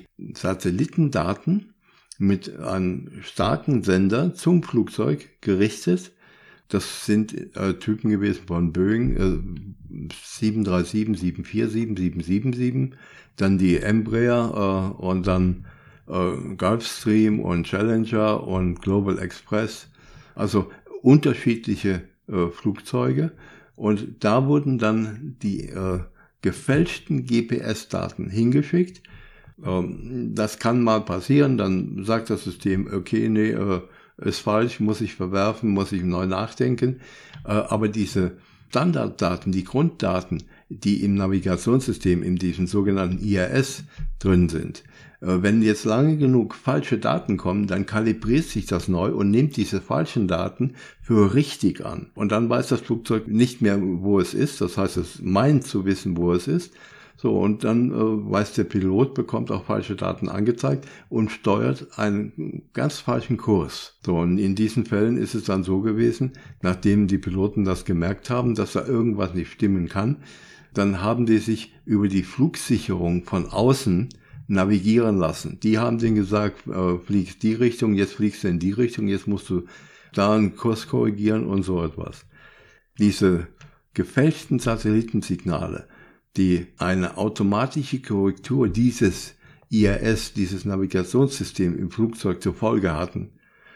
Satellitendaten mit einem starken Sender zum Flugzeug gerichtet. Das sind Typen gewesen von Boeing, 737, 747, 777, dann die Embraer und dann Gulfstream und Challenger und Global Express, also unterschiedliche Flugzeuge. Und da wurden dann die gefälschten GPS-Daten hingeschickt. Das kann mal passieren, dann sagt das System, okay, nee, ist falsch, muss ich verwerfen, muss ich neu nachdenken. Aber diese Standarddaten, die Grunddaten, die im Navigationssystem, in diesem sogenannten IRS drin sind, wenn jetzt lange genug falsche Daten kommen, dann kalibriert sich das neu und nimmt diese falschen Daten für richtig an. Und dann weiß das Flugzeug nicht mehr, wo es ist. Das heißt, es meint zu wissen, wo es ist. So, und dann weiß der Pilot, bekommt auch falsche Daten angezeigt und steuert einen ganz falschen Kurs. So, und in diesen Fällen ist es dann so gewesen, nachdem die Piloten das gemerkt haben, dass da irgendwas nicht stimmen kann, dann haben die sich über die Flugsicherung von außen navigieren lassen. Die haben denen gesagt, fliegst die Richtung, jetzt fliegst du in die Richtung, jetzt musst du da einen Kurs korrigieren und so etwas. Diese gefälschten Satellitensignale, die eine automatische Korrektur dieses IRS, dieses Navigationssystem im Flugzeug zur Folge hatten,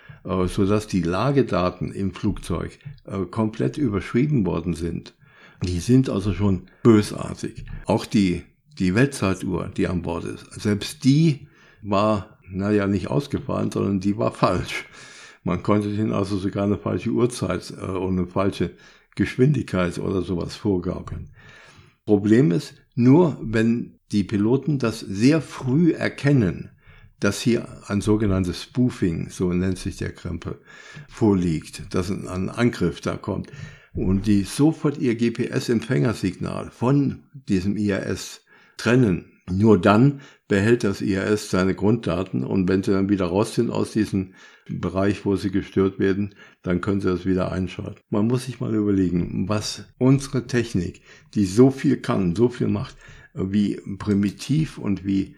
sodass die Lagedaten im Flugzeug komplett überschrieben worden sind. Die sind also schon bösartig. Auch die Weltzeituhr, die an Bord ist, selbst die war, nicht ausgefallen, sondern die war falsch. Man konnte ihnen also sogar eine falsche Uhrzeit und eine falsche Geschwindigkeit oder sowas vorgaukeln. Problem ist, nur wenn die Piloten das sehr früh erkennen, dass hier ein sogenanntes Spoofing, so nennt sich der Krempel, vorliegt, dass ein Angriff da kommt und die sofort ihr GPS-Empfängersignal von diesem IRS trennen, nur dann behält das IRS seine Grunddaten und wenn sie dann wieder raus sind aus diesem Bereich, wo sie gestört werden, dann können sie das wieder einschalten. Man muss sich mal überlegen, was unsere Technik, die so viel kann, so viel macht, wie primitiv und wie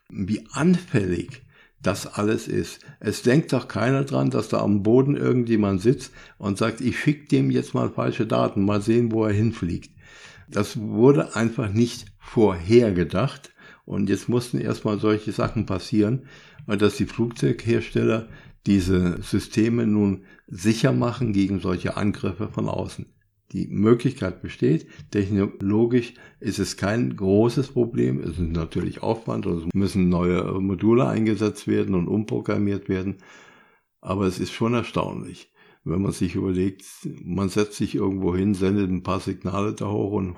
anfällig das alles ist. Es denkt doch keiner dran, dass da am Boden irgendjemand sitzt und sagt, ich schicke dem jetzt mal falsche Daten, mal sehen, wo er hinfliegt. Das wurde einfach nicht vorhergedacht und jetzt mussten erstmal solche Sachen passieren, dass die Flugzeughersteller diese Systeme nun sicher machen gegen solche Angriffe von außen. Die Möglichkeit besteht, technologisch ist es kein großes Problem, es ist natürlich Aufwand und es müssen neue Module eingesetzt werden und umprogrammiert werden, aber es ist schon erstaunlich, wenn man sich überlegt, man setzt sich irgendwo hin, sendet ein paar Signale da hoch und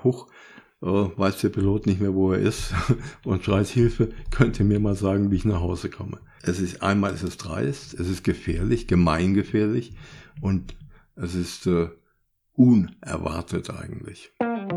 weiß der Pilot nicht mehr, wo er ist und schreit Hilfe, könnt ihr mir mal sagen, wie ich nach Hause komme. Einmal ist es dreist, es ist gefährlich, gemeingefährlich und es ist unerwartet eigentlich.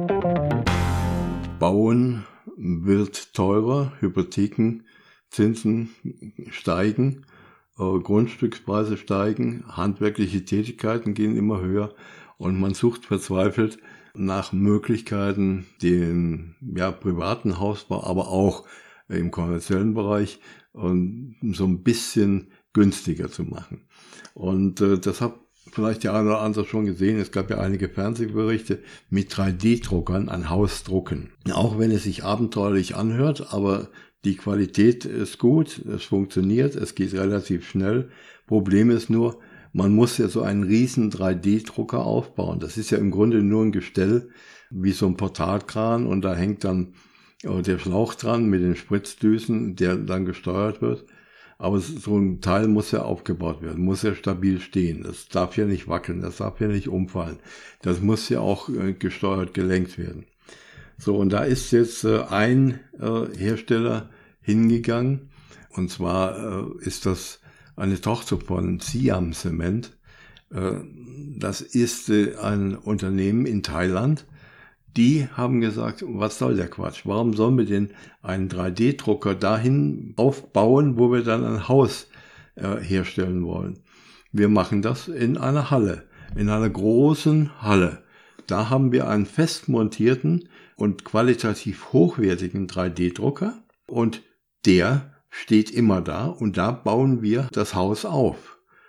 Bauen wird teurer, Hypotheken, Zinsen steigen, Grundstückspreise steigen, handwerkliche Tätigkeiten gehen immer höher und man sucht verzweifelt nach Möglichkeiten, den privaten Hausbau, aber auch im kommerziellen Bereich so ein bisschen günstiger zu machen. Und das hat vielleicht der eine oder andere schon gesehen. Es gab ja einige Fernsehberichte mit 3D-Druckern ein Haus drucken. Auch wenn es sich abenteuerlich anhört, aber die Qualität ist gut, es funktioniert, es geht relativ schnell. Problem ist nur, man muss ja so einen riesen 3D-Drucker aufbauen. Das ist ja im Grunde nur ein Gestell wie so ein Portalkran und da hängt dann der Schlauch dran mit den Spritzdüsen, der dann gesteuert wird. Aber so ein Teil muss ja aufgebaut werden, muss ja stabil stehen. Das darf ja nicht wackeln, das darf ja nicht umfallen. Das muss ja auch gesteuert, gelenkt werden. So, und da ist jetzt ein Hersteller hingegangen. Und zwar ist das eine Tochter von Siam Cement. Das ist ein Unternehmen in Thailand. Die haben gesagt, was soll der Quatsch? Warum sollen wir denn einen 3D-Drucker dahin aufbauen, wo wir dann ein Haus herstellen wollen? Wir machen das in einer Halle, in einer großen Halle. Da haben wir einen fest montierten und qualitativ hochwertigen 3D-Drucker und der steht immer da und da bauen wir das Haus auf.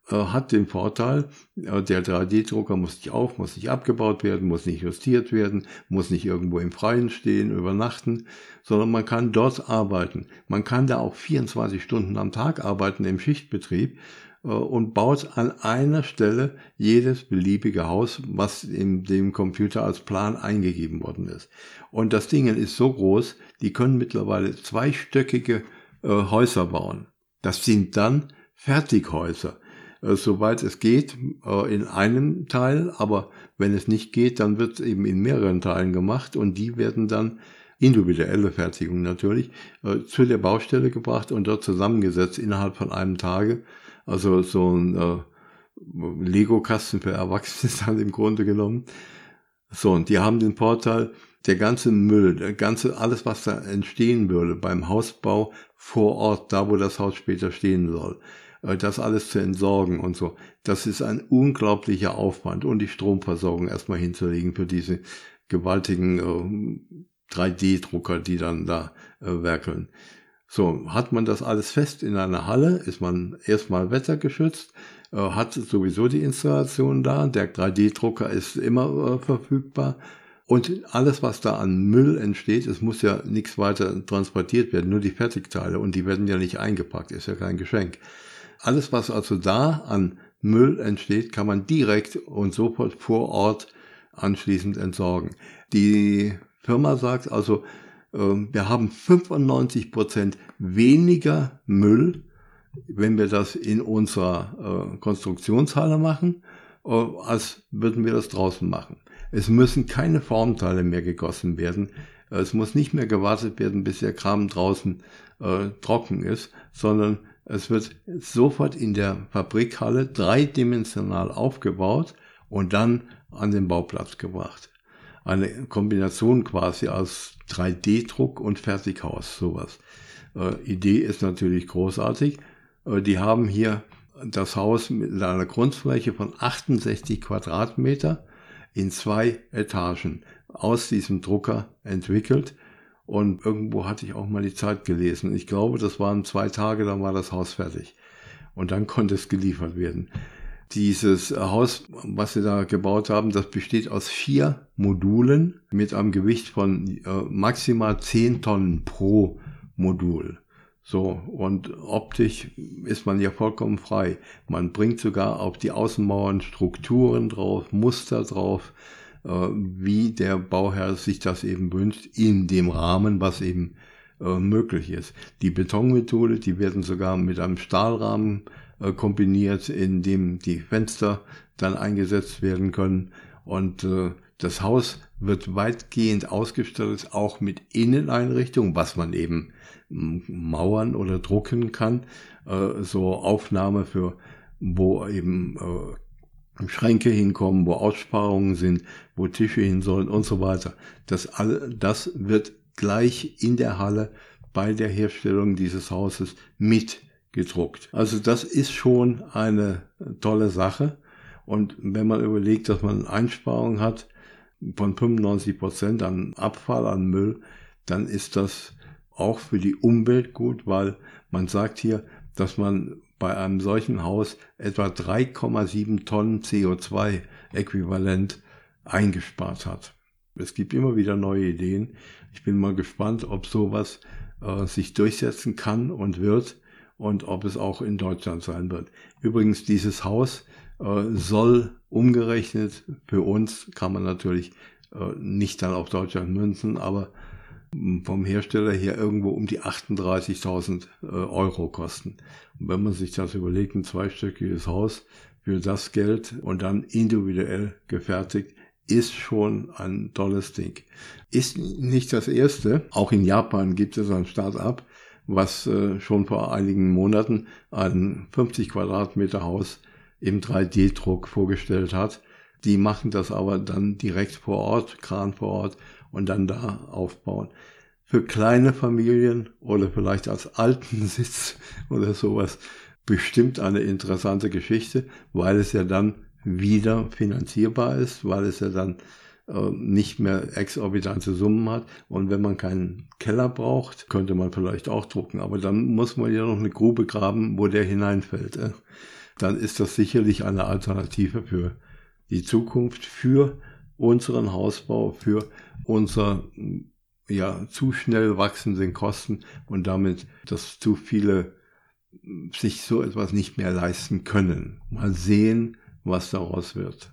hat den Vorteil, der 3D-Drucker muss nicht abgebaut werden, muss nicht justiert werden, muss nicht irgendwo im Freien stehen, übernachten, sondern man kann dort arbeiten. Man kann da auch 24 Stunden am Tag arbeiten im Schichtbetrieb und baut an einer Stelle jedes beliebige Haus, was in dem Computer als Plan eingegeben worden ist. Und das Ding ist so groß, die können mittlerweile zweistöckige Häuser bauen. Das sind dann Fertighäuser. Soweit es geht, in einem Teil, aber wenn es nicht geht, dann wird es eben in mehreren Teilen gemacht und die werden dann, individuelle Fertigung natürlich, zu der Baustelle gebracht und dort zusammengesetzt innerhalb von einem Tage. Also so ein Lego-Kasten für Erwachsene ist halt im Grunde genommen. So, und die haben den Vorteil, der ganze Müll, alles, was da entstehen würde beim Hausbau vor Ort, da wo das Haus später stehen soll, das alles zu entsorgen und so. Das ist ein unglaublicher Aufwand und die Stromversorgung erstmal hinzulegen für diese gewaltigen 3D-Drucker, die dann da werkeln. So, hat man das alles fest in einer Halle, ist man erstmal wettergeschützt, hat sowieso die Installation da, der 3D-Drucker ist immer verfügbar. Und alles, was da an Müll entsteht, es muss ja nichts weiter transportiert werden, nur die Fertigteile und die werden ja nicht eingepackt, ist ja kein Geschenk. Alles, was also da an Müll entsteht, kann man direkt und sofort vor Ort anschließend entsorgen. Die Firma sagt also, wir haben 95% weniger Müll, wenn wir das in unserer Konstruktionshalle machen, als würden wir das draußen machen. Es müssen keine Formteile mehr gegossen werden. Es muss nicht mehr gewartet werden, bis der Kram draußen trocken ist, sondern es wird sofort in der Fabrikhalle dreidimensional aufgebaut und dann an den Bauplatz gebracht. Eine Kombination quasi aus 3D-Druck und Fertighaus, sowas. Idee ist natürlich großartig. Die haben hier das Haus mit einer Grundfläche von 68 Quadratmeter in 2 Etagen aus diesem Drucker entwickelt. Und irgendwo hatte ich auch mal die Zeit gelesen. Ich glaube, das waren 2 Tage, dann war das Haus fertig. Und dann konnte es geliefert werden. Dieses Haus, was sie da gebaut haben, das besteht aus 4 Modulen mit einem Gewicht von maximal 10 Tonnen pro Modul. So, und optisch ist man ja vollkommen frei. Man bringt sogar auf die Außenmauern Strukturen drauf, Muster drauf, wie der Bauherr sich das eben wünscht, in dem Rahmen, was eben möglich ist. Die Betonmethode, die werden sogar mit einem Stahlrahmen kombiniert, in dem die Fenster dann eingesetzt werden können. Und das Haus wird weitgehend ausgestattet, auch mit Inneneinrichtungen, was man eben mauern oder drucken kann. So Aufnahme für, wo eben Schränke hinkommen, wo Aussparungen sind, wo Tische hin sollen und so weiter. Das das wird gleich in der Halle bei der Herstellung dieses Hauses mit gedruckt. Also das ist schon eine tolle Sache. Und wenn man überlegt, dass man eine Einsparung hat von 95% an Abfall, an Müll, dann ist das auch für die Umwelt gut, weil man sagt hier, dass man bei einem solchen Haus etwa 3,7 Tonnen CO2-Äquivalent eingespart hat. Es gibt immer wieder neue Ideen. Ich bin mal gespannt, ob sowas sich durchsetzen kann und wird und ob es auch in Deutschland sein wird. Übrigens, dieses Haus soll umgerechnet, für uns kann man natürlich nicht dann auf Deutschland münzen, aber vom Hersteller her irgendwo um die 38.000 Euro kosten. Und wenn man sich das überlegt, ein zweistöckiges Haus für das Geld und dann individuell gefertigt, ist schon ein tolles Ding. Ist nicht das erste. Auch in Japan gibt es ein Start-up, was schon vor einigen Monaten ein 50 Quadratmeter Haus im 3D-Druck vorgestellt hat. Die machen das aber dann direkt vor Ort, Kran vor Ort und dann da aufbauen. Für kleine Familien oder vielleicht als Altensitz oder sowas bestimmt eine interessante Geschichte, weil es ja dann wieder finanzierbar ist, weil es ja dann nicht mehr exorbitante Summen hat. Und wenn man keinen Keller braucht, könnte man vielleicht auch drucken. Aber dann muss man ja noch eine Grube graben, wo der hineinfällt. dann ist das sicherlich eine Alternative für die Zukunft, für unseren Hausbau, für unser zu schnell wachsenden Kosten und damit, dass zu viele sich so etwas nicht mehr leisten können. Mal sehen, was daraus wird.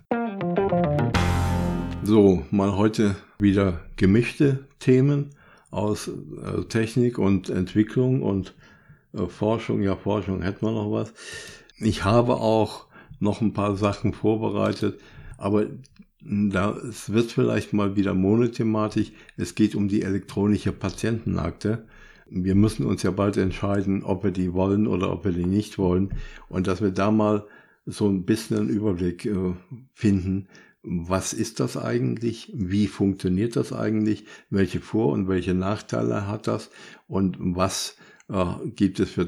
So, mal heute wieder gemischte Themen aus Technik und Entwicklung und Forschung. Ja, Forschung hätten wir noch was. Ich habe auch noch ein paar Sachen vorbereitet, aber es wird vielleicht mal wieder monothematisch. Es geht um die elektronische Patientenakte. Wir müssen uns ja bald entscheiden, ob wir die wollen oder ob wir die nicht wollen. Und dass wir da mal so ein bisschen einen Überblick finden. Was ist das eigentlich? Wie funktioniert das eigentlich? Welche Vor- und welche Nachteile hat das? Und was gibt es für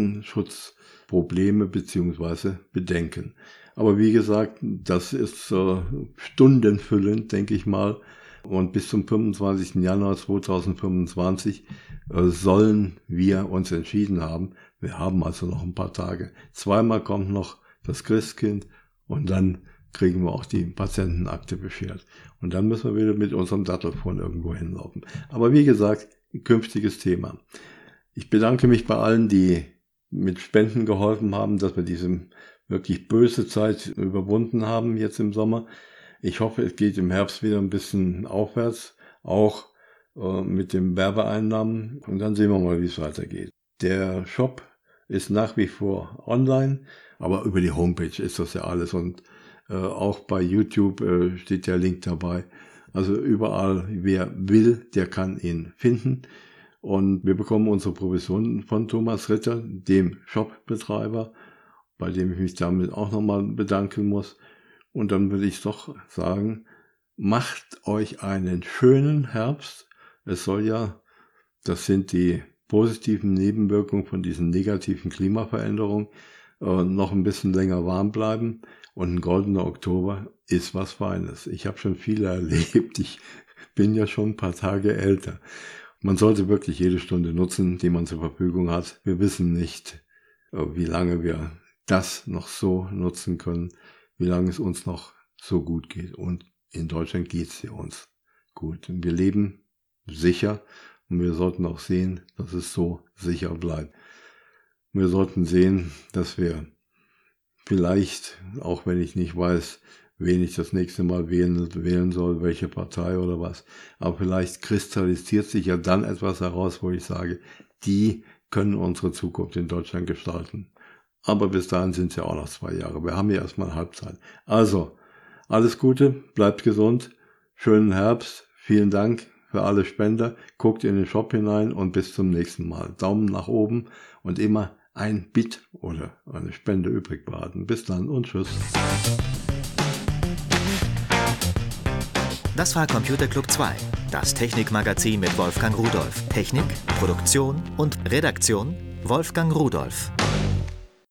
Datenschutzprobleme bzw. Bedenken? Aber wie gesagt, das ist stundenfüllend, denke ich mal. Und bis zum 25. Januar 2025 sollen wir uns entschieden haben. Wir haben also noch ein paar Tage. Zweimal kommt noch das Christkind und dann kriegen wir auch die Patientenakte beschert. Und dann müssen wir wieder mit unserem Dattelfon irgendwo hinlaufen. Aber wie gesagt, ein künftiges Thema. Ich bedanke mich bei allen, die mit Spenden geholfen haben, dass wir diese wirklich böse Zeit überwunden haben jetzt im Sommer. Ich hoffe, es geht im Herbst wieder ein bisschen aufwärts, auch mit den Werbeeinnahmen. Und dann sehen wir mal, wie es weitergeht. Der Shop ist nach wie vor online, aber über die Homepage ist das ja alles. Und auch bei YouTube steht der Link dabei. Also überall, wer will, der kann ihn finden. Und wir bekommen unsere Provision von Thomas Ritter, dem Shopbetreiber, bei dem ich mich damit auch nochmal bedanken muss. Und dann würde ich doch sagen, macht euch einen schönen Herbst. Es soll ja, das sind die positiven Nebenwirkungen von diesen negativen Klimaveränderungen, noch ein bisschen länger warm bleiben. Und ein goldener Oktober ist was Feines. Ich habe schon viele erlebt. Ich bin ja schon ein paar Tage älter. Man sollte wirklich jede Stunde nutzen, die man zur Verfügung hat. Wir wissen nicht, wie lange wir das noch so nutzen können, wie lange es uns noch so gut geht. Und in Deutschland geht es ja uns gut. Und wir leben sicher und wir sollten auch sehen, dass es so sicher bleibt. Wir sollten sehen, dass wir vielleicht, auch wenn ich nicht weiß, wen ich das nächste Mal wählen soll, welche Partei oder was, aber vielleicht kristallisiert sich ja dann etwas heraus, wo ich sage, die können unsere Zukunft in Deutschland gestalten. Aber bis dahin sind es ja auch noch 2 Jahre. Wir haben ja erstmal Halbzeit. Also, alles Gute, bleibt gesund, schönen Herbst, vielen Dank für alle Spender, guckt in den Shop hinein und bis zum nächsten Mal. Daumen nach oben und immer ein Bit oder eine Spende übrig behalten. Bis dann und tschüss. Das war Computer Club 2, das Technikmagazin mit Wolfgang Rudolph. Technik, Produktion und Redaktion Wolfgang Rudolph.